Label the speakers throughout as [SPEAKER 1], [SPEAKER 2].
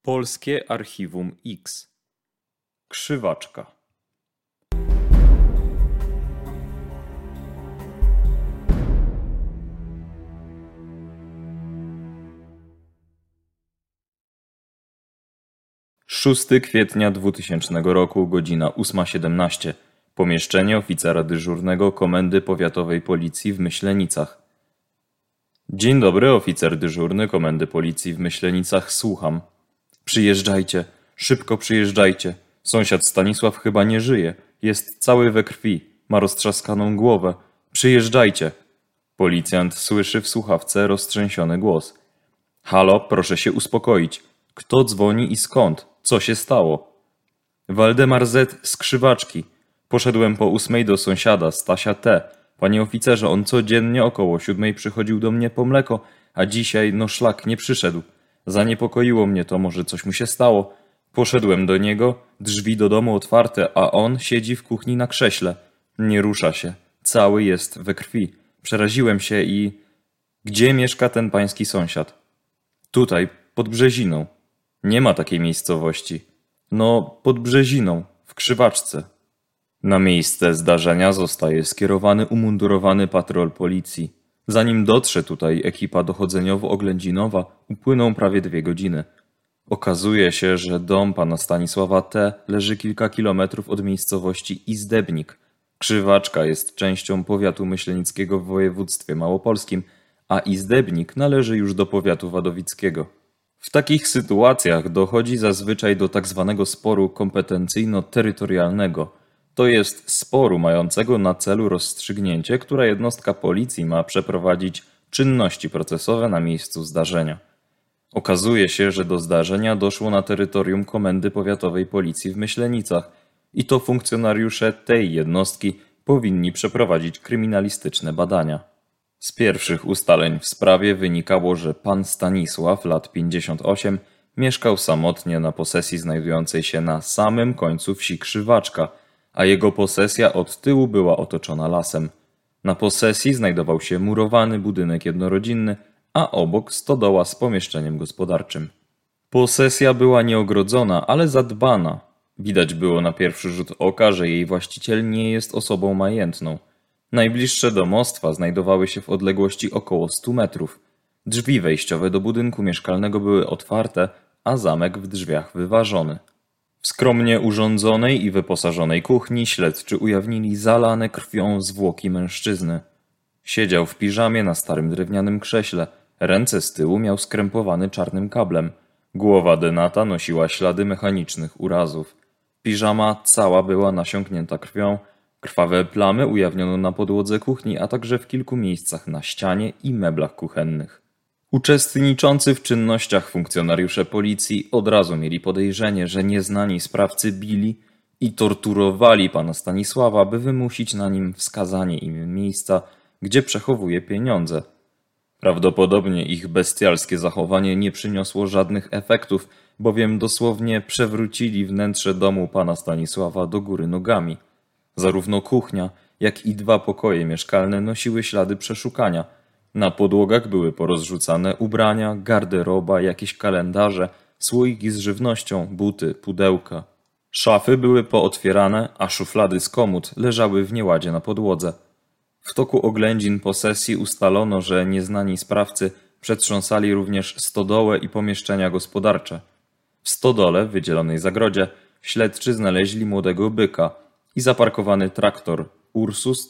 [SPEAKER 1] Polskie Archiwum X. Krzywaczka. Szósty kwietnia 2000 roku, godzina 8:17. Pomieszczenie oficera dyżurnego Komendy Powiatowej Policji w Myślenicach. Dzień dobry, oficer dyżurny Komendy Policji w Myślenicach, słucham. Przyjeżdżajcie, szybko przyjeżdżajcie. Sąsiad Stanisław chyba nie żyje. Jest cały we krwi. Ma roztrzaskaną głowę. Przyjeżdżajcie. Policjant słyszy w słuchawce roztrzęsiony głos. Halo, proszę się uspokoić. Kto dzwoni i skąd? Co się stało? Waldemar Z. z Krzywaczki. Poszedłem po 8 do sąsiada, Stasia T. Panie oficerze, on codziennie około 7 przychodził do mnie po mleko, a dzisiaj, szlak, nie przyszedł. Zaniepokoiło mnie to, może coś mu się stało. Poszedłem do niego, drzwi do domu otwarte, a on siedzi w kuchni na krześle. Nie rusza się. Cały jest we krwi. Przeraziłem się i... Gdzie mieszka ten pański sąsiad? Tutaj, pod Brzeziną. Nie ma takiej miejscowości. Pod Brzeziną, w Krzywaczce. Na miejsce zdarzenia zostaje skierowany umundurowany patrol policji. Zanim dotrze tutaj ekipa dochodzeniowo-oględzinowa, upłyną prawie 2 godziny. Okazuje się, że dom pana Stanisława T. leży kilka kilometrów od miejscowości Izdebnik. Krzywaczka jest częścią powiatu myślenickiego w województwie małopolskim, a Izdebnik należy już do powiatu wadowickiego. W takich sytuacjach dochodzi zazwyczaj do tzw. sporu kompetencyjno-terytorialnego. To jest sporu mającego na celu rozstrzygnięcie, która jednostka policji ma przeprowadzić czynności procesowe na miejscu zdarzenia. Okazuje się, że do zdarzenia doszło na terytorium Komendy Powiatowej Policji w Myślenicach i to funkcjonariusze tej jednostki powinni przeprowadzić kryminalistyczne badania. Z pierwszych ustaleń w sprawie wynikało, że pan Stanisław, lat 58, mieszkał samotnie na posesji znajdującej się na samym końcu wsi Krzywaczka, a jego posesja od tyłu była otoczona lasem. Na posesji znajdował się murowany budynek jednorodzinny, a obok stodoła z pomieszczeniem gospodarczym. Posesja była nieogrodzona, ale zadbana. Widać było na pierwszy rzut oka, że jej właściciel nie jest osobą majętną. Najbliższe domostwa znajdowały się w odległości około 100 metrów. Drzwi wejściowe do budynku mieszkalnego były otwarte, a zamek w drzwiach wyważony. W skromnie urządzonej i wyposażonej kuchni śledczy ujawnili zalane krwią zwłoki mężczyzny. Siedział w piżamie na starym drewnianym krześle, ręce z tyłu miał skrępowany czarnym kablem. Głowa denata nosiła ślady mechanicznych urazów. Piżama cała była nasiąknięta krwią, krwawe plamy ujawniono na podłodze kuchni, a także w kilku miejscach na ścianie i meblach kuchennych. Uczestniczący w czynnościach funkcjonariusze policji od razu mieli podejrzenie, że nieznani sprawcy bili i torturowali pana Stanisława, by wymusić na nim wskazanie im miejsca, gdzie przechowuje pieniądze. Prawdopodobnie ich bestialskie zachowanie nie przyniosło żadnych efektów, bowiem dosłownie przewrócili wnętrze domu pana Stanisława do góry nogami. Zarówno kuchnia, jak i 2 pokoje mieszkalne nosiły ślady przeszukania. Na podłogach były porozrzucane ubrania, garderoba, jakieś kalendarze, słoiki z żywnością, buty, pudełka. Szafy były pootwierane, a szuflady z komód leżały w nieładzie na podłodze. W toku oględzin posesji ustalono, że nieznani sprawcy przetrząsali również stodołę i pomieszczenia gospodarcze. W stodole, w wydzielonej zagrodzie, śledczy znaleźli młodego byka i zaparkowany traktor Ursus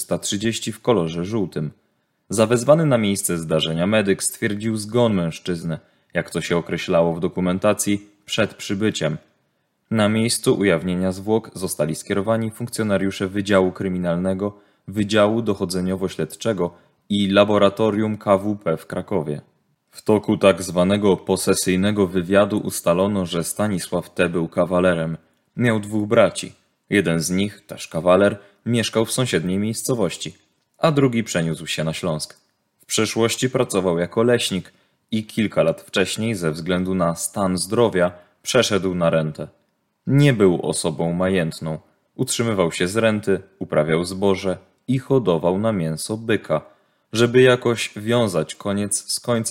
[SPEAKER 1] C330 w kolorze żółtym. Zawezwany na miejsce zdarzenia medyk stwierdził zgon mężczyzny, jak to się określało w dokumentacji, przed przybyciem. Na miejscu ujawnienia zwłok zostali skierowani funkcjonariusze Wydziału Kryminalnego, Wydziału Dochodzeniowo-Śledczego i Laboratorium KWP w Krakowie. W toku tak zwanego posesyjnego wywiadu ustalono, że Stanisław T. był kawalerem. Miał 2 braci. Jeden z nich, też kawaler, mieszkał w sąsiedniej miejscowości, a drugi przeniósł się na Śląsk. W przeszłości pracował jako leśnik i kilka lat wcześniej ze względu na stan zdrowia przeszedł na rentę. Nie był osobą majętną. Utrzymywał się z renty, uprawiał zboże i hodował na mięso byka. Żeby jakoś wiązać koniec z końcem,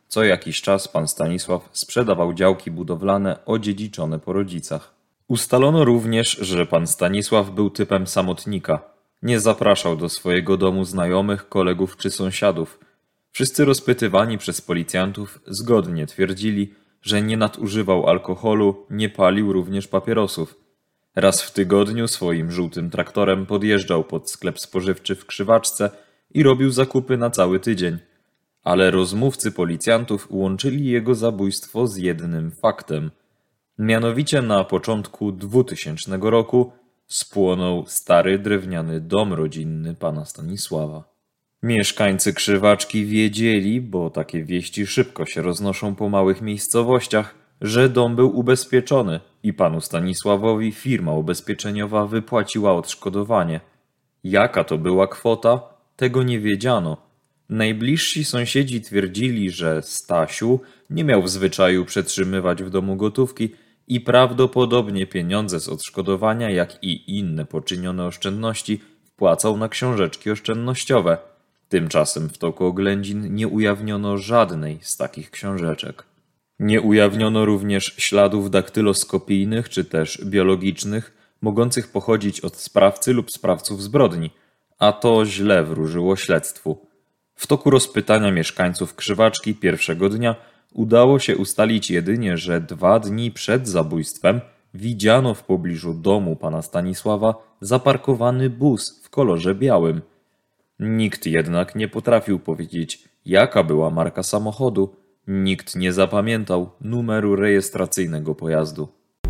[SPEAKER 1] Co jakiś czas pan Stanisław sprzedawał działki budowlane odziedziczone po rodzicach. Ustalono również, że pan Stanisław był typem samotnika. Nie zapraszał do swojego domu znajomych, kolegów czy sąsiadów. Wszyscy rozpytywani przez policjantów zgodnie twierdzili, że nie nadużywał alkoholu, nie palił również papierosów. Raz w tygodniu swoim żółtym traktorem podjeżdżał pod sklep spożywczy w Krzywaczce i robił zakupy na cały tydzień. Ale rozmówcy policjantów łączyli jego zabójstwo z jednym faktem. Mianowicie na początku 2000 roku spłonął stary drewniany dom rodzinny pana Stanisława. Mieszkańcy Krzywaczki wiedzieli, bo takie wieści szybko się roznoszą po małych miejscowościach, że dom był ubezpieczony i panu Stanisławowi firma ubezpieczeniowa wypłaciła odszkodowanie. Jaka to była kwota, tego nie wiedziano. Najbliżsi sąsiedzi twierdzili, że Stasiu nie miał w zwyczaju przetrzymywać w domu gotówki i prawdopodobnie pieniądze z odszkodowania, jak i inne poczynione oszczędności wpłacał na książeczki oszczędnościowe. Tymczasem w toku oględzin nie ujawniono żadnej z takich książeczek. Nie ujawniono również śladów daktyloskopijnych czy też biologicznych, mogących pochodzić od sprawcy lub sprawców zbrodni, a to źle wróżyło śledztwu. W toku rozpytania mieszkańców Krzywaczki pierwszego dnia udało się ustalić jedynie, że 2 dni przed zabójstwem widziano w pobliżu domu pana Stanisława zaparkowany bus w kolorze białym. Nikt jednak nie potrafił powiedzieć, jaka była marka samochodu, nikt nie zapamiętał numeru rejestracyjnego pojazdu.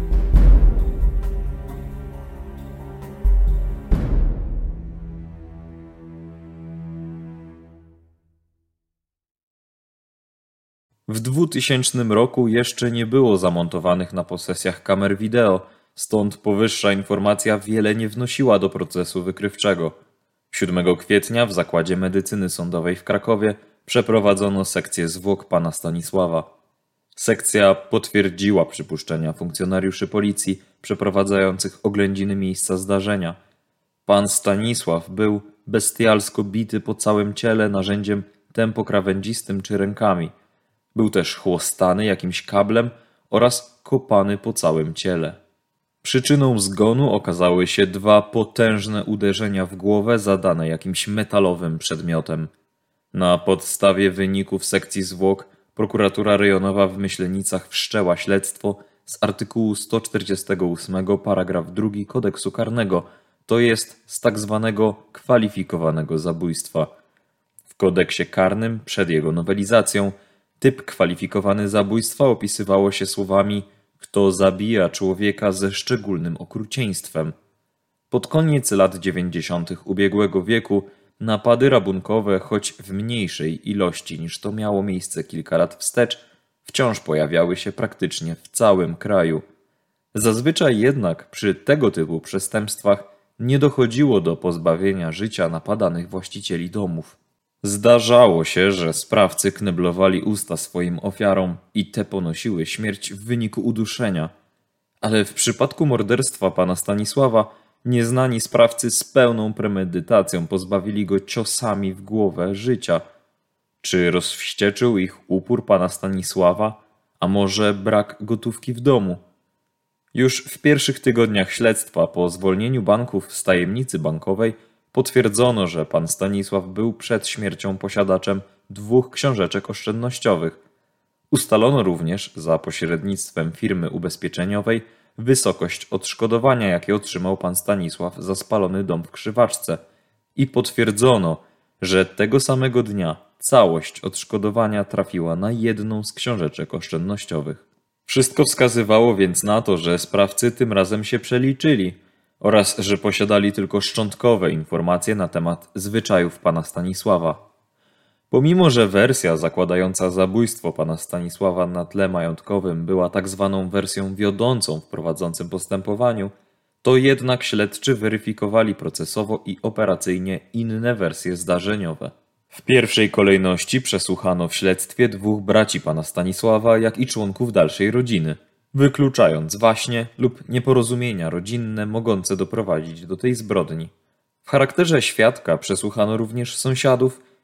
[SPEAKER 1] W 2000 roku jeszcze nie było zamontowanych na posesjach kamer wideo, stąd powyższa informacja wiele nie wnosiła do procesu wykrywczego. 7 kwietnia w Zakładzie Medycyny Sądowej w Krakowie przeprowadzono sekcję zwłok pana Stanisława. Sekcja potwierdziła przypuszczenia funkcjonariuszy policji przeprowadzających oględziny miejsca zdarzenia. Pan Stanisław był bestialsko bity po całym ciele narzędziem tempokrawędzistym czy rękami. Był też chłostany jakimś kablem oraz kopany po całym ciele. Przyczyną zgonu okazały się 2 potężne uderzenia w głowę zadane jakimś metalowym przedmiotem. Na podstawie wyników sekcji zwłok prokuratura rejonowa w Myślenicach wszczęła śledztwo z artykułu 148 paragraf 2 Kodeksu Karnego, to jest z tak zwanego kwalifikowanego zabójstwa. W kodeksie karnym przed jego nowelizacją typ kwalifikowany zabójstwa opisywało się słowami „kto zabija człowieka ze szczególnym okrucieństwem”. Pod koniec lat 90. ubiegłego wieku napady rabunkowe, choć w mniejszej ilości niż to miało miejsce kilka lat wstecz, wciąż pojawiały się praktycznie w całym kraju. Zazwyczaj jednak przy tego typu przestępstwach nie dochodziło do pozbawienia życia napadanych właścicieli domów. Zdarzało się, że sprawcy kneblowali usta swoim ofiarom i te ponosiły śmierć w wyniku uduszenia. Ale w przypadku morderstwa pana Stanisława nieznani sprawcy z pełną premedytacją pozbawili go ciosami w głowę życia. Czy rozwścieczył ich upór pana Stanisława, a może brak gotówki w domu? Już w pierwszych tygodniach śledztwa po zwolnieniu banków z tajemnicy bankowej potwierdzono, że pan Stanisław był przed śmiercią posiadaczem 2 książeczek oszczędnościowych. Ustalono również za pośrednictwem firmy ubezpieczeniowej wysokość odszkodowania, jakie otrzymał pan Stanisław za spalony dom w Krzywaczce i potwierdzono, że tego samego dnia całość odszkodowania trafiła na jedną z książeczek oszczędnościowych. Wszystko wskazywało więc na to, że sprawcy tym razem się przeliczyli oraz że posiadali tylko szczątkowe informacje na temat zwyczajów pana Stanisława. Pomimo że wersja zakładająca zabójstwo pana Stanisława na tle majątkowym była tak zwaną wersją wiodącą w prowadzącym postępowaniu, to jednak śledczy weryfikowali procesowo i operacyjnie inne wersje zdarzeniowe. W pierwszej kolejności przesłuchano w śledztwie 2 braci pana Stanisława, jak i członków dalszej rodziny, wykluczając waśnie lub nieporozumienia rodzinne mogące doprowadzić do tej zbrodni. W charakterze świadka przesłuchano również sąsiadów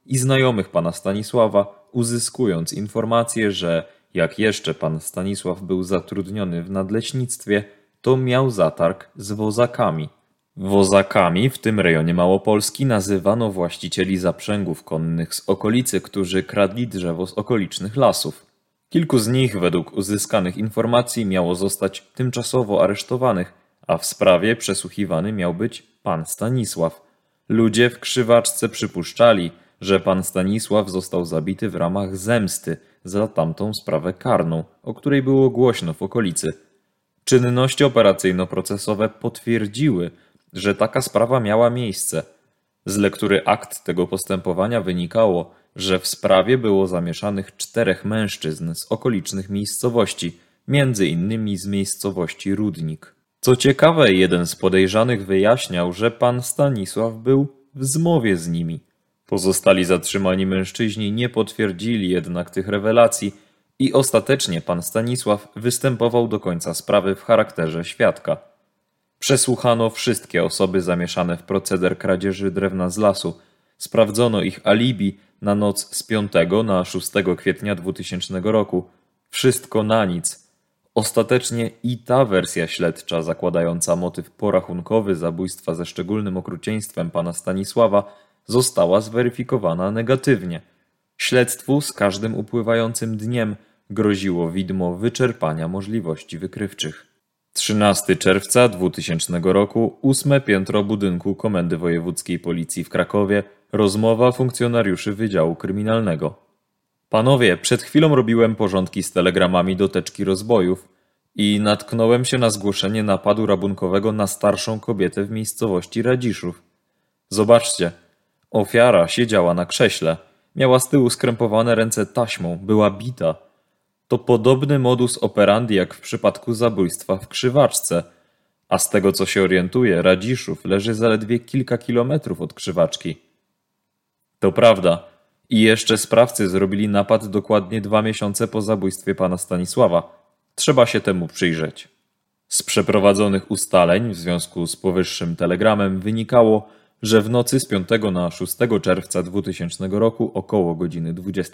[SPEAKER 1] i znajomych pana Stanisława, uzyskując informację, że jak jeszcze pan Stanisław był zatrudniony w nadleśnictwie, to miał zatarg z wozakami. Wozakami w tym rejonie Małopolski nazywano właścicieli zaprzęgów konnych z okolicy, którzy kradli drzewo z okolicznych lasów. Kilku z nich, według uzyskanych informacji, miało zostać tymczasowo aresztowanych, a w sprawie przesłuchiwany miał być pan Stanisław. Ludzie w Krzywaczce przypuszczali, że pan Stanisław został zabity w ramach zemsty za tamtą sprawę karną, o której było głośno w okolicy. Czynności operacyjno-procesowe potwierdziły, że taka sprawa miała miejsce. Z lektury akt tego postępowania wynikało, że w sprawie było zamieszanych 4 mężczyzn z okolicznych miejscowości, między innymi z miejscowości Rudnik. Co ciekawe, jeden z podejrzanych wyjaśniał, że pan Stanisław był w zmowie z nimi. Pozostali zatrzymani mężczyźni nie potwierdzili jednak tych rewelacji i ostatecznie pan Stanisław występował do końca sprawy w charakterze świadka. Przesłuchano wszystkie osoby zamieszane w proceder kradzieży drewna z lasu. Sprawdzono ich alibi na noc z 5 na 6 kwietnia 2000 roku. Wszystko na nic. Ostatecznie i ta wersja śledcza zakładająca motyw porachunkowy zabójstwa ze szczególnym okrucieństwem pana Stanisława została zweryfikowana negatywnie. Śledztwu z każdym upływającym dniem groziło widmo wyczerpania możliwości wykrywczych. 13 czerwca 2000 roku, 8 piętro budynku Komendy Wojewódzkiej Policji w Krakowie, rozmowa funkcjonariuszy Wydziału Kryminalnego. Panowie, przed chwilą robiłem porządki z telegramami do teczki rozbojów i natknąłem się na zgłoszenie napadu rabunkowego na starszą kobietę w miejscowości Radziszów. Zobaczcie, ofiara siedziała na krześle, miała z tyłu skrępowane ręce taśmą, była bita. To podobny modus operandi jak w przypadku zabójstwa w Krzywaczce, a z tego co się orientuję, Radziszów leży zaledwie kilka kilometrów od Krzywaczki. To prawda. I jeszcze sprawcy zrobili napad dokładnie 2 miesiące po zabójstwie pana Stanisława. Trzeba się temu przyjrzeć. Z przeprowadzonych ustaleń w związku z powyższym telegramem wynikało, że w nocy z 5 na 6 czerwca 2000 roku około godziny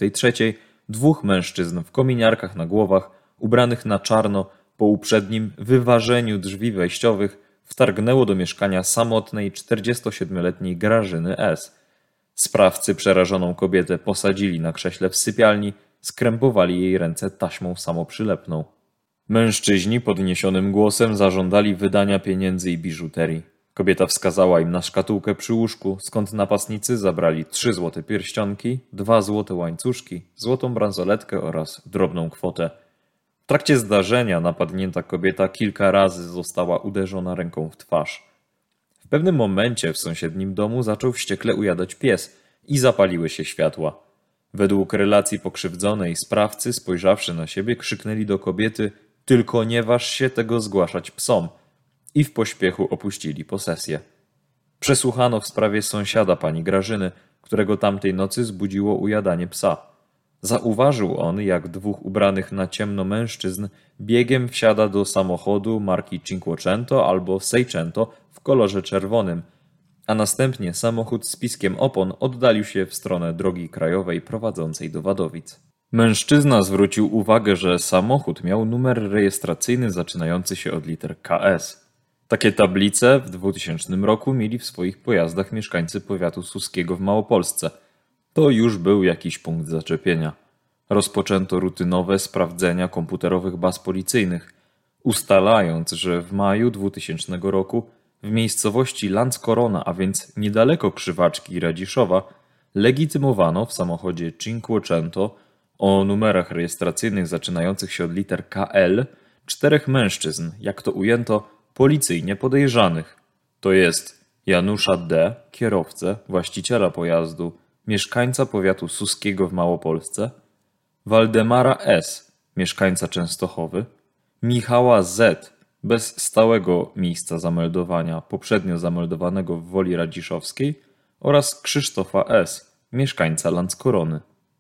[SPEAKER 1] 23 2 mężczyzn w kominiarkach na głowach, ubranych na czarno, po uprzednim wyważeniu drzwi wejściowych wtargnęło do mieszkania samotnej 47-letniej Grażyny S. Sprawcy przerażoną kobietę posadzili na krześle w sypialni, skrępowali jej ręce taśmą samoprzylepną. Mężczyźni podniesionym głosem zażądali wydania pieniędzy i biżuterii. Kobieta wskazała im na szkatułkę przy łóżku, skąd napastnicy zabrali 3 złote pierścionki, 2 złote łańcuszki, złotą bransoletkę oraz drobną kwotę. W trakcie zdarzenia napadnięta kobieta kilka razy została uderzona ręką w twarz. W pewnym momencie w sąsiednim domu zaczął wściekle ujadać pies i zapaliły się światła. Według relacji pokrzywdzonej sprawcy, spojrzawszy na siebie, krzyknęli do kobiety: „Tylko nie waż się tego zgłaszać psom”, i w pośpiechu opuścili posesję. Przesłuchano w sprawie sąsiada pani Grażyny, którego tamtej nocy zbudziło ujadanie psa. Zauważył on, jak 2 ubranych na ciemno mężczyzn biegiem wsiada do samochodu marki Cinquecento albo Seicento w kolorze czerwonym, a następnie samochód z piskiem opon oddalił się w stronę drogi krajowej prowadzącej do Wadowic. Mężczyzna zwrócił uwagę, że samochód miał numer rejestracyjny zaczynający się od liter KS. Takie tablice w 2000 roku mieli w swoich pojazdach mieszkańcy powiatu suskiego w Małopolsce. To już był jakiś punkt zaczepienia. Rozpoczęto rutynowe sprawdzenia komputerowych baz policyjnych, ustalając, że w maju 2000 roku w miejscowości Landskorona, a więc niedaleko Krzywaczki i Radziszowa, legitymowano w samochodzie Cinquecento o numerach rejestracyjnych zaczynających się od liter KL 4 mężczyzn, jak to ujęto, policyjnie podejrzanych. To jest Janusza D., kierowcę, właściciela pojazdu, mieszkańca powiatu suskiego w Małopolsce, Waldemara S., mieszkańca Częstochowy, Michała Z., bez stałego miejsca zameldowania, poprzednio zameldowanego w Woli Radziszowskiej, oraz Krzysztofa S., mieszkańca Landskorony.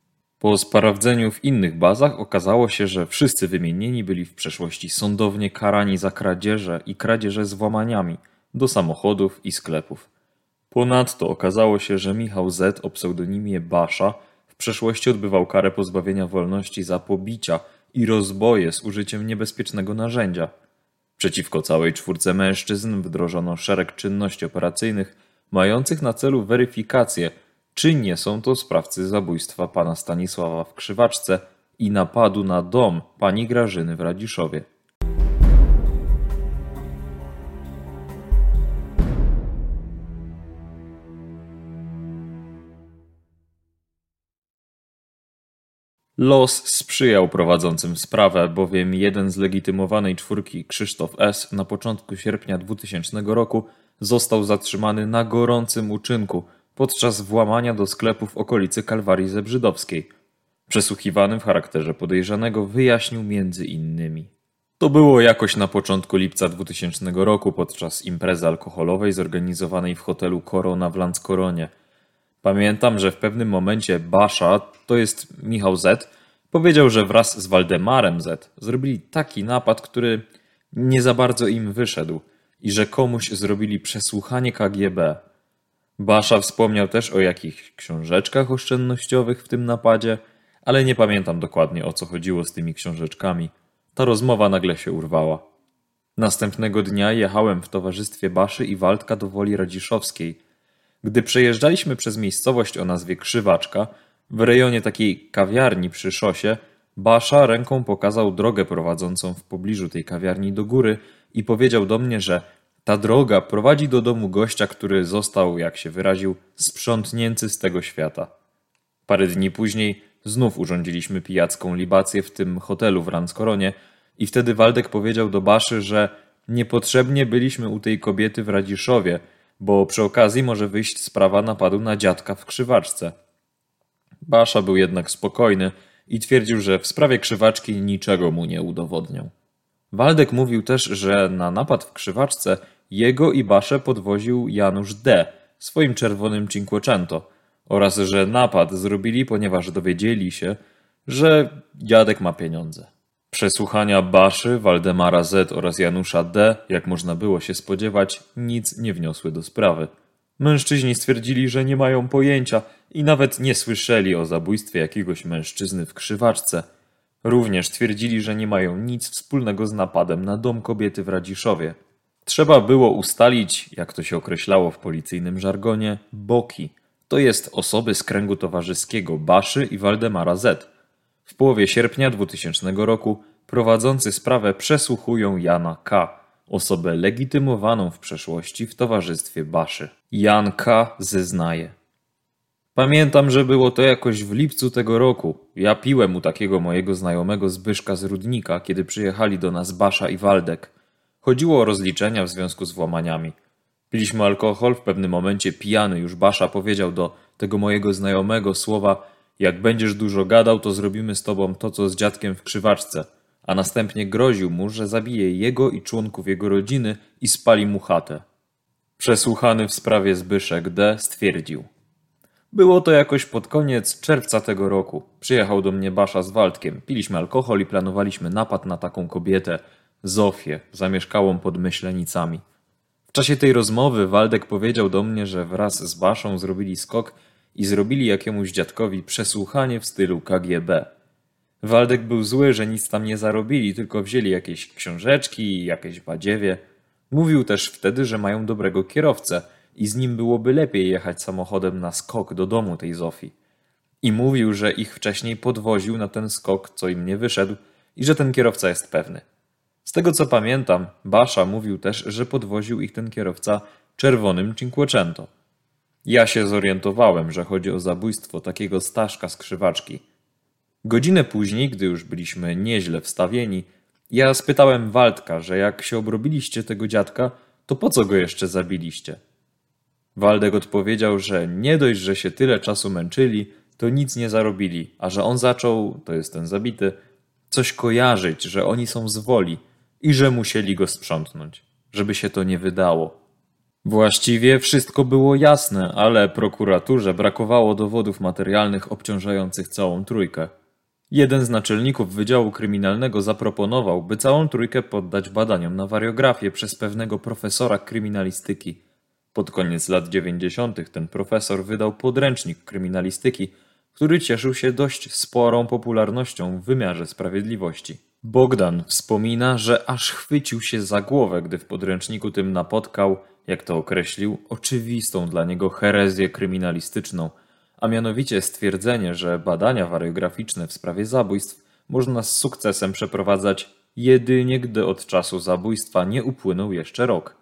[SPEAKER 1] Po sprawdzeniu w innych bazach okazało się, że wszyscy wymienieni byli w przeszłości sądownie karani za kradzieże i kradzieże z włamaniami do samochodów i sklepów. Ponadto okazało się, że Michał Z. o pseudonimie Basza w przeszłości odbywał karę pozbawienia wolności za pobicia i rozboje z użyciem niebezpiecznego narzędzia. Przeciwko całej czwórce mężczyzn wdrożono szereg czynności operacyjnych mających na celu weryfikację, czy nie są to sprawcy zabójstwa pana Stanisława w Krzywaczce i napadu na dom pani Grażyny w Radziszowie. Los sprzyjał prowadzącym sprawę, bowiem jeden z legitymowanej czwórki, Krzysztof S., na początku sierpnia 2000 roku został zatrzymany na gorącym uczynku podczas włamania do sklepu w okolicy Kalwarii Zebrzydowskiej. Przesłuchiwany w charakterze podejrzanego wyjaśnił między innymi. To było jakoś na początku lipca 2000 roku podczas imprezy alkoholowej zorganizowanej w hotelu Korona w Landskoronie. Pamiętam, że w pewnym momencie Basza, to jest Michał Z., powiedział, że wraz z Waldemarem Z. zrobili taki napad, który nie za bardzo im wyszedł i że komuś zrobili przesłuchanie KGB. Basza wspomniał też o jakichś książeczkach oszczędnościowych w tym napadzie, ale nie pamiętam dokładnie, o co chodziło z tymi książeczkami. Ta rozmowa nagle się urwała. Następnego dnia jechałem w towarzystwie Baszy i Waldka do Woli Radziszowskiej. Gdy przejeżdżaliśmy przez miejscowość o nazwie Krzywaczka, w rejonie takiej kawiarni przy szosie, Basza ręką pokazał drogę prowadzącą w pobliżu tej kawiarni do góry i powiedział do mnie, że ta droga prowadzi do domu gościa, który został, jak się wyraził, sprzątnięty z tego świata. Parę dni później znów urządziliśmy pijacką libację w tym hotelu w Landskoronie i wtedy Waldek powiedział do Baszy, że niepotrzebnie byliśmy u tej kobiety w Radziszowie, bo przy okazji może wyjść sprawa napadu na dziadka w Krzywaczce. Basza był jednak spokojny i twierdził, że w sprawie Krzywaczki niczego mu nie udowodnią. Waldek mówił też, że na napad w Krzywaczce jego i Baszę podwoził Janusz D. swoim czerwonym Cinquecento oraz że napad zrobili, ponieważ dowiedzieli się, że dziadek ma pieniądze. Przesłuchania Baszy, Waldemara Z. oraz Janusza D., jak można było się spodziewać, nic nie wniosły do sprawy. Mężczyźni stwierdzili, że nie mają pojęcia i nawet nie słyszeli o zabójstwie jakiegoś mężczyzny w Krzywaczce. Również twierdzili, że nie mają nic wspólnego z napadem na dom kobiety w Radziszowie. Trzeba było ustalić, jak to się określało w policyjnym żargonie, boki, to jest osoby z kręgu towarzyskiego Baszy i Waldemara Z. W połowie sierpnia 2000 roku prowadzący sprawę przesłuchują Jana K., osobę legitymowaną w przeszłości w towarzystwie Baszy. Jan K. zeznaje. Pamiętam, że było to jakoś w lipcu tego roku. Ja piłem u takiego mojego znajomego Zbyszka z Rudnika, kiedy przyjechali do nas Basza i Waldek. Chodziło o rozliczenia w związku z włamaniami. Piliśmy alkohol, w pewnym momencie pijany już Basza powiedział do tego mojego znajomego słowa: jak będziesz dużo gadał, to zrobimy z tobą to, co z dziadkiem w Krzywaczce. A następnie groził mu, że zabije jego i członków jego rodziny i spali mu chatę. Przesłuchany w sprawie Zbyszek D. stwierdził. Było to jakoś pod koniec czerwca tego roku. Przyjechał do mnie Basza z Waldkiem. Piliśmy alkohol i planowaliśmy napad na taką kobietę, Zofię, zamieszkałą pod Myślenicami. W czasie tej rozmowy Waldek powiedział do mnie, że wraz z Baszą zrobili skok i zrobili jakiemuś dziadkowi przesłuchanie w stylu KGB. Waldek był zły, że nic tam nie zarobili, tylko wzięli jakieś książeczki i jakieś badziewie. Mówił też wtedy, że mają dobrego kierowcę i z nim byłoby lepiej jechać samochodem na skok do domu tej Zofii. I mówił, że ich wcześniej podwoził na ten skok, co im nie wyszedł i że ten kierowca jest pewny. Z tego co pamiętam, Basza mówił też, że podwoził ich ten kierowca czerwonym Cinquecento. Ja się zorientowałem, że chodzi o zabójstwo takiego Staszka z Krzywaczki. Godzinę później, gdy już byliśmy nieźle wstawieni, ja spytałem Waldka, że jak się obrobiliście tego dziadka, to po co go jeszcze zabiliście? Waldek odpowiedział, że nie dość, że się tyle czasu męczyli, to nic nie zarobili, a że on zaczął, to jest ten zabity, coś kojarzyć, że oni są z Woli i że musieli go sprzątnąć, żeby się to nie wydało. Właściwie wszystko było jasne, ale prokuraturze brakowało dowodów materialnych obciążających całą trójkę. Jeden z naczelników Wydziału Kryminalnego zaproponował, by całą trójkę poddać badaniom na wariografię przez pewnego profesora kryminalistyki. Pod koniec lat 90. ten profesor wydał podręcznik kryminalistyki, który cieszył się dość sporą popularnością w wymiarze sprawiedliwości. Bogdan wspomina, że aż chwycił się za głowę, gdy w podręczniku tym napotkał, jak to określił, oczywistą dla niego herezję kryminalistyczną, a mianowicie stwierdzenie, że badania wariograficzne w sprawie zabójstw można z sukcesem przeprowadzać jedynie gdy od czasu zabójstwa nie upłynął jeszcze rok.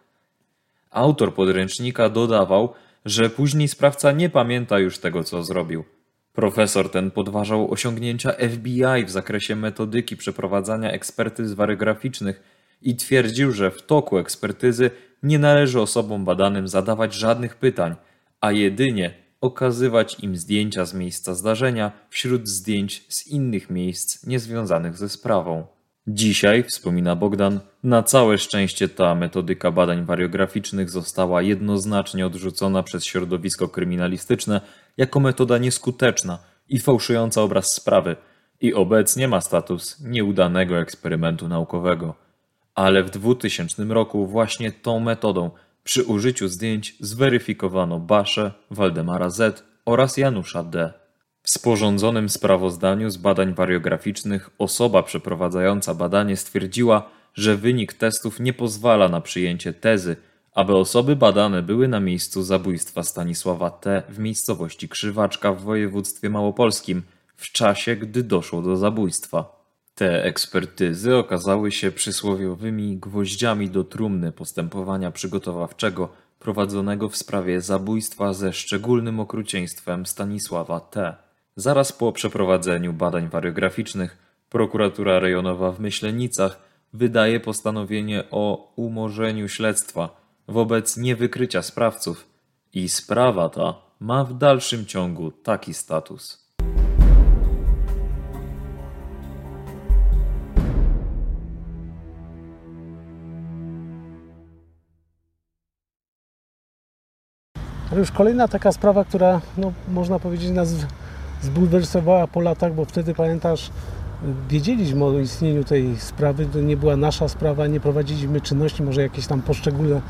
[SPEAKER 1] Autor podręcznika dodawał, że później sprawca nie pamięta już tego, co zrobił. Profesor ten podważał osiągnięcia FBI w zakresie metodyki przeprowadzania ekspertyz wariograficznych i twierdził, że w toku ekspertyzy nie należy osobom badanym zadawać żadnych pytań, a jedynie okazywać im zdjęcia z miejsca zdarzenia wśród zdjęć z innych miejsc niezwiązanych ze sprawą. Dzisiaj, wspomina Bogdan, na całe szczęście ta metodyka badań wariograficznych została jednoznacznie odrzucona przez środowisko kryminalistyczne jako metoda nieskuteczna i fałszująca obraz sprawy i obecnie ma status nieudanego eksperymentu naukowego. Ale w 2000 roku właśnie tą metodą przy użyciu zdjęć zweryfikowano Baszę, Waldemara Z. oraz Janusza D. W sporządzonym sprawozdaniu z badań wariograficznych osoba przeprowadzająca badanie stwierdziła, że wynik testów nie pozwala na przyjęcie tezy, aby osoby badane były na miejscu zabójstwa Stanisława T. w miejscowości Krzywaczka w województwie małopolskim w czasie, gdy doszło do zabójstwa. Te ekspertyzy okazały się przysłowiowymi gwoździami do trumny postępowania przygotowawczego prowadzonego w sprawie zabójstwa ze szczególnym okrucieństwem Stanisława T. Zaraz po przeprowadzeniu badań wariograficznych prokuratura rejonowa w Myślenicach wydaje postanowienie o umorzeniu śledztwa wobec niewykrycia sprawców i sprawa ta ma w dalszym ciągu taki status.
[SPEAKER 2] Ale już kolejna taka sprawa, która można powiedzieć nas zbulwersowała po latach, bo wtedy pamiętasz, wiedzieliśmy o istnieniu tej sprawy, to nie była nasza sprawa, nie prowadziliśmy czynności, może jakieś tam poszczególne,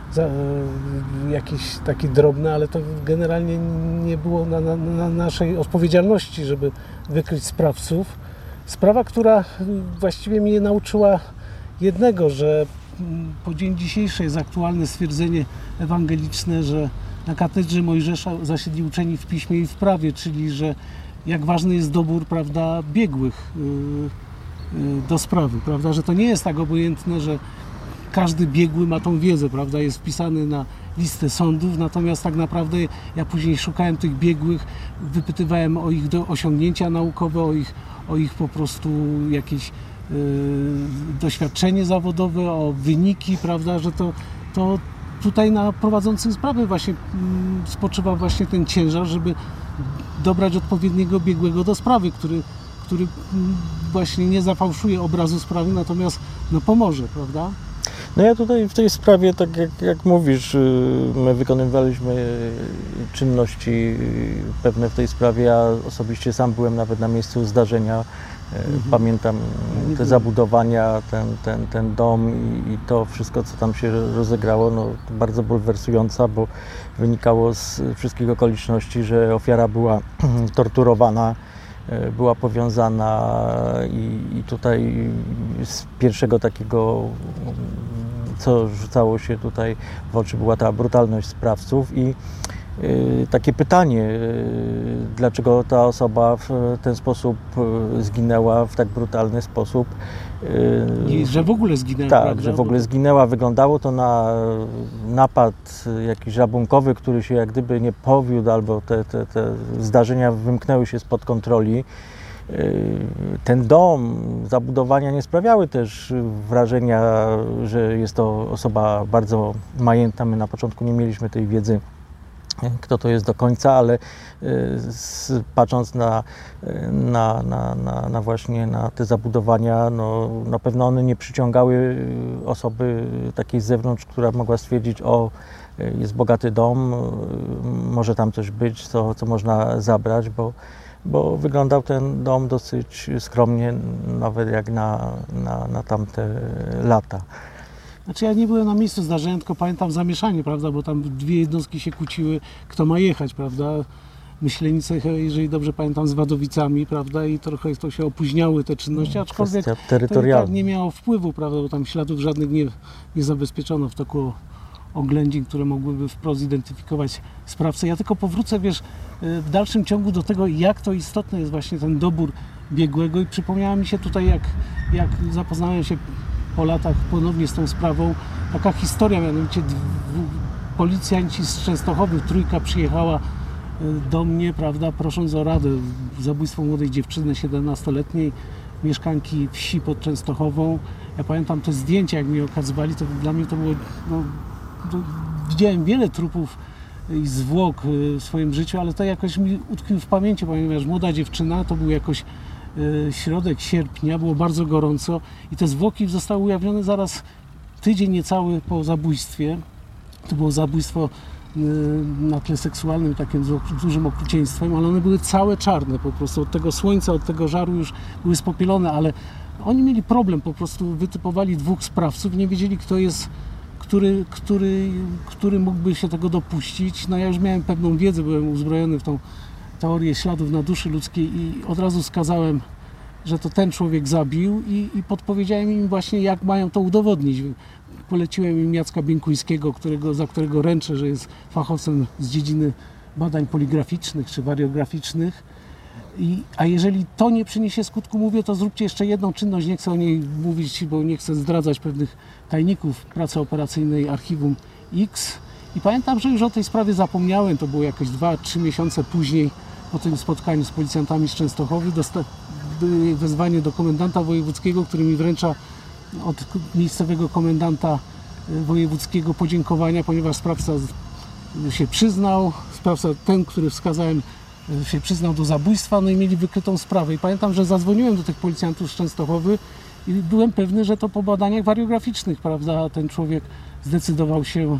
[SPEAKER 2] jakieś takie drobne, ale to generalnie nie było na naszej odpowiedzialności, żeby wykryć sprawców. Sprawa, która właściwie mnie nauczyła jednego, że po dzień dzisiejszy jest aktualne stwierdzenie ewangeliczne, że na katedrze Mojżesza zasiedli uczeni w piśmie i w prawie, czyli że jak ważny jest dobór, prawda, biegłych do sprawy, prawda, że to nie jest tak obojętne, że każdy biegły ma tą wiedzę, prawda, jest wpisany na listę sądów, natomiast tak naprawdę ja później szukałem tych biegłych, wypytywałem o ich osiągnięcia naukowe, o ich po prostu jakieś doświadczenie zawodowe, o wyniki, prawda, że to tutaj na prowadzącym sprawy właśnie spoczywa właśnie ten ciężar, żeby dobrać odpowiedniego biegłego do sprawy, który właśnie nie zafałszuje obrazu sprawy, natomiast pomoże, prawda?
[SPEAKER 3] No ja tutaj w tej sprawie, tak jak mówisz, my wykonywaliśmy czynności pewne w tej sprawie. Ja osobiście sam byłem nawet na miejscu zdarzenia. Pamiętam te zabudowania, ten dom i to wszystko, co tam się rozegrało, bardzo bulwersująca, bo wynikało z wszystkich okoliczności, że ofiara była torturowana, była powiązana i tutaj z pierwszego takiego, co rzucało się tutaj w oczy, była ta brutalność sprawców i takie pytanie, dlaczego ta osoba w ten sposób zginęła, w tak brutalny sposób.
[SPEAKER 2] I że w ogóle zginęła.
[SPEAKER 3] Tak,
[SPEAKER 2] prawda?
[SPEAKER 3] że w ogóle zginęła. Wyglądało to na napad jakiś rabunkowy, który się jak gdyby nie powiódł, albo te zdarzenia wymknęły się spod kontroli. Ten dom, zabudowania nie sprawiały też wrażenia, że jest to osoba bardzo majętna. My na początku nie mieliśmy tej wiedzy, kto to jest do końca, ale patrząc na właśnie na te zabudowania, na pewno one nie przyciągały osoby takiej z zewnątrz, która mogła stwierdzić, jest bogaty dom, może tam coś być, co można zabrać, bo wyglądał ten dom dosyć skromnie, nawet jak na tamte lata.
[SPEAKER 2] Znaczy ja nie byłem na miejscu zdarzenia, tylko pamiętam zamieszanie, prawda, bo tam dwie jednostki się kłóciły, kto ma jechać, prawda. Myślenice, jeżeli dobrze pamiętam, z Wadowicami, prawda, i trochę to się opóźniały te czynności, aczkolwiek
[SPEAKER 3] Kwestia
[SPEAKER 2] to i
[SPEAKER 3] terytorialna.
[SPEAKER 2] tak nie miało wpływu, prawda, bo tam śladów żadnych nie zabezpieczono w toku oględzin, które mogłyby wprost zidentyfikować sprawcę. Ja tylko powrócę, wiesz, w dalszym ciągu do tego, jak to istotny jest właśnie ten dobór biegłego i przypomniała mi się tutaj, jak zapoznałem się po latach ponownie z tą sprawą, taka historia, mianowicie policjanci z Częstochowy, trójka przyjechała do mnie, prawda, prosząc o radę. Zabójstwo młodej dziewczyny, 17-letniej, mieszkanki wsi pod Częstochową. Ja pamiętam te zdjęcia, jak mi okazywali, to dla mnie to było, widziałem wiele trupów i zwłok w swoim życiu, ale to jakoś mi utkwił w pamięci, ponieważ młoda dziewczyna, to był jakoś środek sierpnia, było bardzo gorąco i te zwłoki zostały ujawnione zaraz tydzień niecały po zabójstwie. To było zabójstwo na tle seksualnym, takim z dużym okrucieństwem, ale one były całe czarne po prostu, od tego słońca, od tego żaru już były spopielone, ale oni mieli problem, po prostu wytypowali dwóch sprawców, nie wiedzieli, kto jest, który mógłby się tego dopuścić. No ja już miałem pewną wiedzę, byłem uzbrojony w tą teorię śladów na duszy ludzkiej i od razu skazałem, że to ten człowiek zabił i podpowiedziałem im właśnie, jak mają to udowodnić. Poleciłem im Jacka Bieńkuńskiego, za którego ręczę, że jest fachowcem z dziedziny badań poligraficznych czy wariograficznych. A jeżeli to nie przyniesie skutku, mówię, to zróbcie jeszcze jedną czynność, nie chcę o niej mówić, bo nie chcę zdradzać pewnych tajników pracy operacyjnej Archiwum X. I pamiętam, że już o tej sprawie zapomniałem, to było jakieś 2-3 miesiące później, po tym spotkaniu z policjantami z Częstochowy, wezwanie do komendanta wojewódzkiego, który mi wręcza od miejscowego komendanta wojewódzkiego podziękowania, ponieważ sprawca się przyznał, sprawca ten, który wskazałem, się przyznał do zabójstwa, no i mieli wykrytą sprawę. I pamiętam, że zadzwoniłem do tych policjantów z Częstochowy i byłem pewny, że to po badaniach wariograficznych, prawda, ten człowiek zdecydował się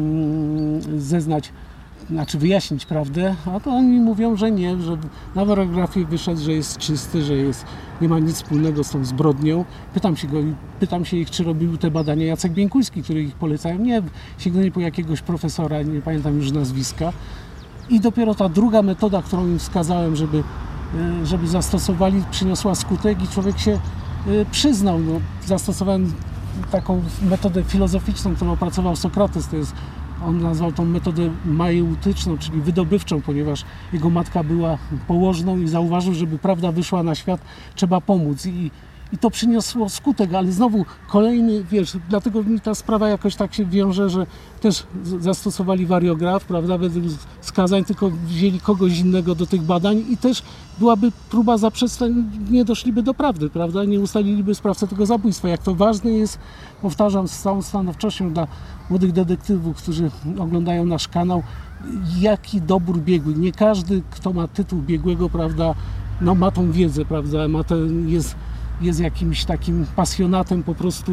[SPEAKER 2] zeznać, znaczy wyjaśnić prawdę, a to oni mówią, że nie, że na wariografii wyszedł, że jest czysty, że nie ma nic wspólnego z tą zbrodnią. Pytam się ich, czy robił te badania Jacek Bieńkuński, który ich polecają. Nie, sięgnęli po jakiegoś profesora, nie pamiętam już nazwiska. I dopiero ta druga metoda, którą im wskazałem, żeby zastosowali, przyniosła skutek i człowiek się przyznał. No, zastosowałem taką metodę filozoficzną, którą opracował Sokrates. On nazwał tą metodę majeutyczną, czyli wydobywczą, ponieważ jego matka była położną i zauważył, żeby prawda wyszła na świat, trzeba pomóc. I to przyniosło skutek, ale znowu kolejny, wiesz, dlatego mi ta sprawa jakoś tak się wiąże, że też zastosowali wariograf, prawda, według wskazań, tylko wzięli kogoś innego do tych badań i też byłaby próba zaprzestania, nie doszliby do prawdy, prawda, nie ustaliliby sprawcę tego zabójstwa. Jak to ważne jest, powtarzam z całą stanowczością dla młodych detektywów, którzy oglądają nasz kanał, jaki dobór biegłych. Nie każdy, kto ma tytuł biegłego, prawda, no ma tą wiedzę, prawda, jest jakimś takim pasjonatem po prostu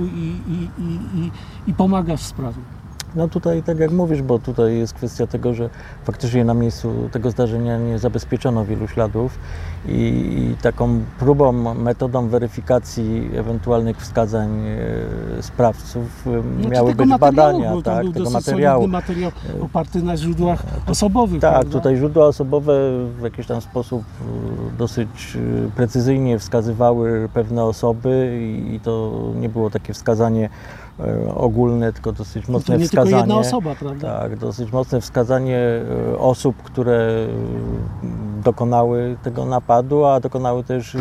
[SPEAKER 2] i pomaga w sprawie.
[SPEAKER 3] No tutaj tak jak mówisz, bo tutaj jest kwestia tego, że faktycznie na miejscu tego zdarzenia nie zabezpieczono wielu śladów i taką próbą, metodą weryfikacji ewentualnych wskazań sprawców miały być badania
[SPEAKER 2] tego materiału. Materiał oparty na źródłach osobowych.
[SPEAKER 3] Tak,
[SPEAKER 2] prawda?
[SPEAKER 3] tutaj źródła osobowe w jakiś tam sposób dosyć precyzyjnie wskazywały pewne osoby i to nie było takie wskazanie ogólne, tylko dosyć mocne
[SPEAKER 2] to nie
[SPEAKER 3] wskazanie.
[SPEAKER 2] Tylko jedna osoba, prawda?
[SPEAKER 3] Tak, dosyć mocne wskazanie osób, które dokonały tego napadu, a dokonały też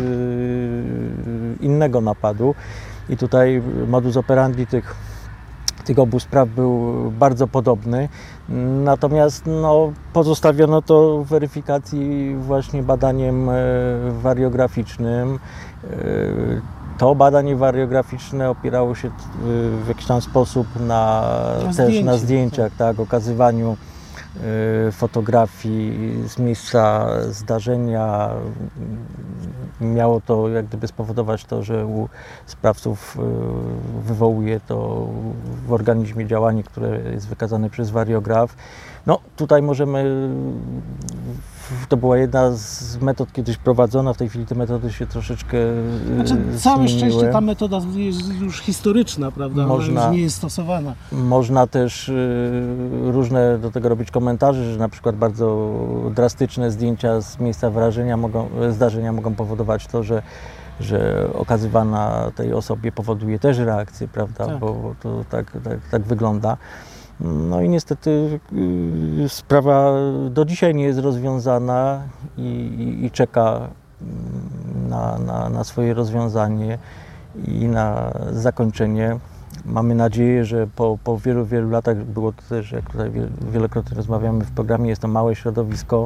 [SPEAKER 3] innego napadu. I tutaj modus operandi tych obu spraw był bardzo podobny. Natomiast no, pozostawiono to w weryfikacji właśnie badaniem wariograficznym. To badanie wariograficzne opierało się w jakiś tam sposób na zdjęciach, tak, okazywaniu fotografii z miejsca zdarzenia. Miało to jak gdyby spowodować to, że u sprawców wywołuje to w organizmie działanie, które jest wykazane przez wariograf. No tutaj możemy to była jedna z metod kiedyś prowadzona, w tej chwili te metody się troszeczkę
[SPEAKER 2] Całe
[SPEAKER 3] zmieniły.
[SPEAKER 2] szczęście ta metoda jest już historyczna, prawda? Ona już nie jest stosowana.
[SPEAKER 3] Można też różne do tego robić komentarze, że na przykład bardzo drastyczne zdjęcia z miejsca zdarzenia mogą powodować to, że okazywana tej osobie powoduje też reakcję, prawda?
[SPEAKER 2] Tak.
[SPEAKER 3] Bo to tak wygląda. No i niestety sprawa do dzisiaj nie jest rozwiązana i czeka na swoje rozwiązanie i na zakończenie. Mamy nadzieję, że po wielu, wielu latach, było to też, jak tutaj wielokrotnie rozmawiamy w programie, jest to małe środowisko,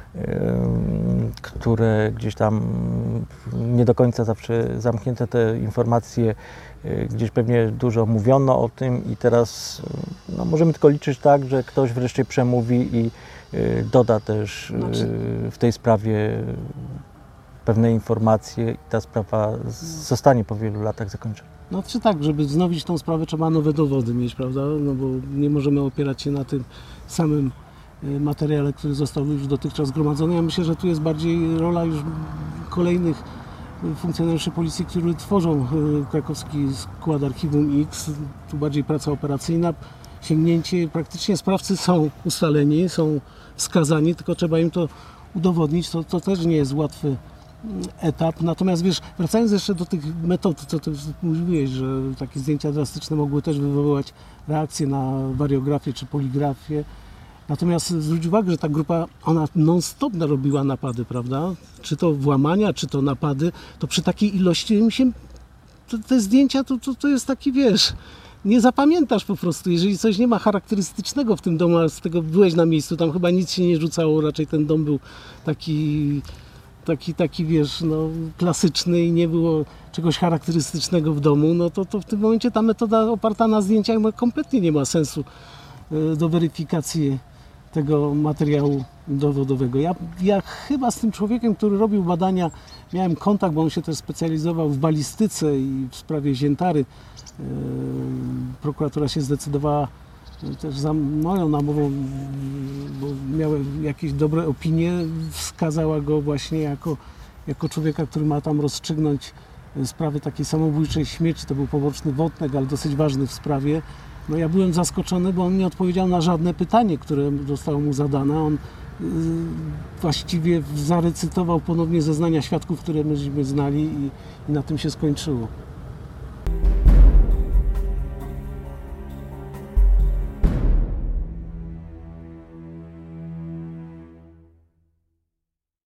[SPEAKER 3] które gdzieś tam nie do końca zawsze zamknięte te informacje, gdzieś pewnie dużo mówiono o tym i teraz no, możemy tylko liczyć tak, że ktoś wreszcie przemówi i doda też w tej sprawie pewne informacje i ta sprawa zostanie po wielu latach zakończona.
[SPEAKER 2] No czy tak, żeby wznowić tą sprawę, trzeba nowe dowody mieć, prawda? No bo nie możemy opierać się na tym samym materiale, który został już dotychczas zgromadzony. Ja myślę, że tu jest bardziej rola już kolejnych funkcjonariuszy policji, którzy tworzą krakowski skład Archiwum X. Tu bardziej praca operacyjna, sięgnięcie. Praktycznie sprawcy są ustaleni, są wskazani, tylko trzeba im to udowodnić. To też nie jest łatwy etap. Natomiast wiesz, wracając jeszcze do tych metod, co ty mówiłeś, że takie zdjęcia drastyczne mogły też wywoływać reakcje na wariografię czy poligrafię. Natomiast zwróć uwagę, że ta grupa, ona non-stop robiła napady, prawda? Czy to włamania, czy to napady, to przy takiej ilości mi się te zdjęcia to jest taki, wiesz, nie zapamiętasz po prostu. Jeżeli coś nie ma charakterystycznego w tym domu, a z tego byłeś na miejscu, tam chyba nic się nie rzucało, raczej ten dom był taki wiesz, no, klasyczny i nie było czegoś charakterystycznego w domu, no to w tym momencie ta metoda oparta na zdjęciach no, kompletnie nie ma sensu do weryfikacji tego materiału dowodowego. Ja chyba z tym człowiekiem, który robił badania, miałem kontakt, bo on się też specjalizował w balistyce i w sprawie Ziętary. Prokuratura się zdecydowała też za moją namową, bo miałem jakieś dobre opinie, wskazała go właśnie jako człowieka, który ma tam rozstrzygnąć sprawy takiej samobójczej śmierci. To był poboczny wątek, ale dosyć ważny w sprawie. No ja byłem zaskoczony, bo on nie odpowiedział na żadne pytanie, które zostało mu zadane. On właściwie zarecytował ponownie zeznania świadków, które myśmy znali i na tym się skończyło.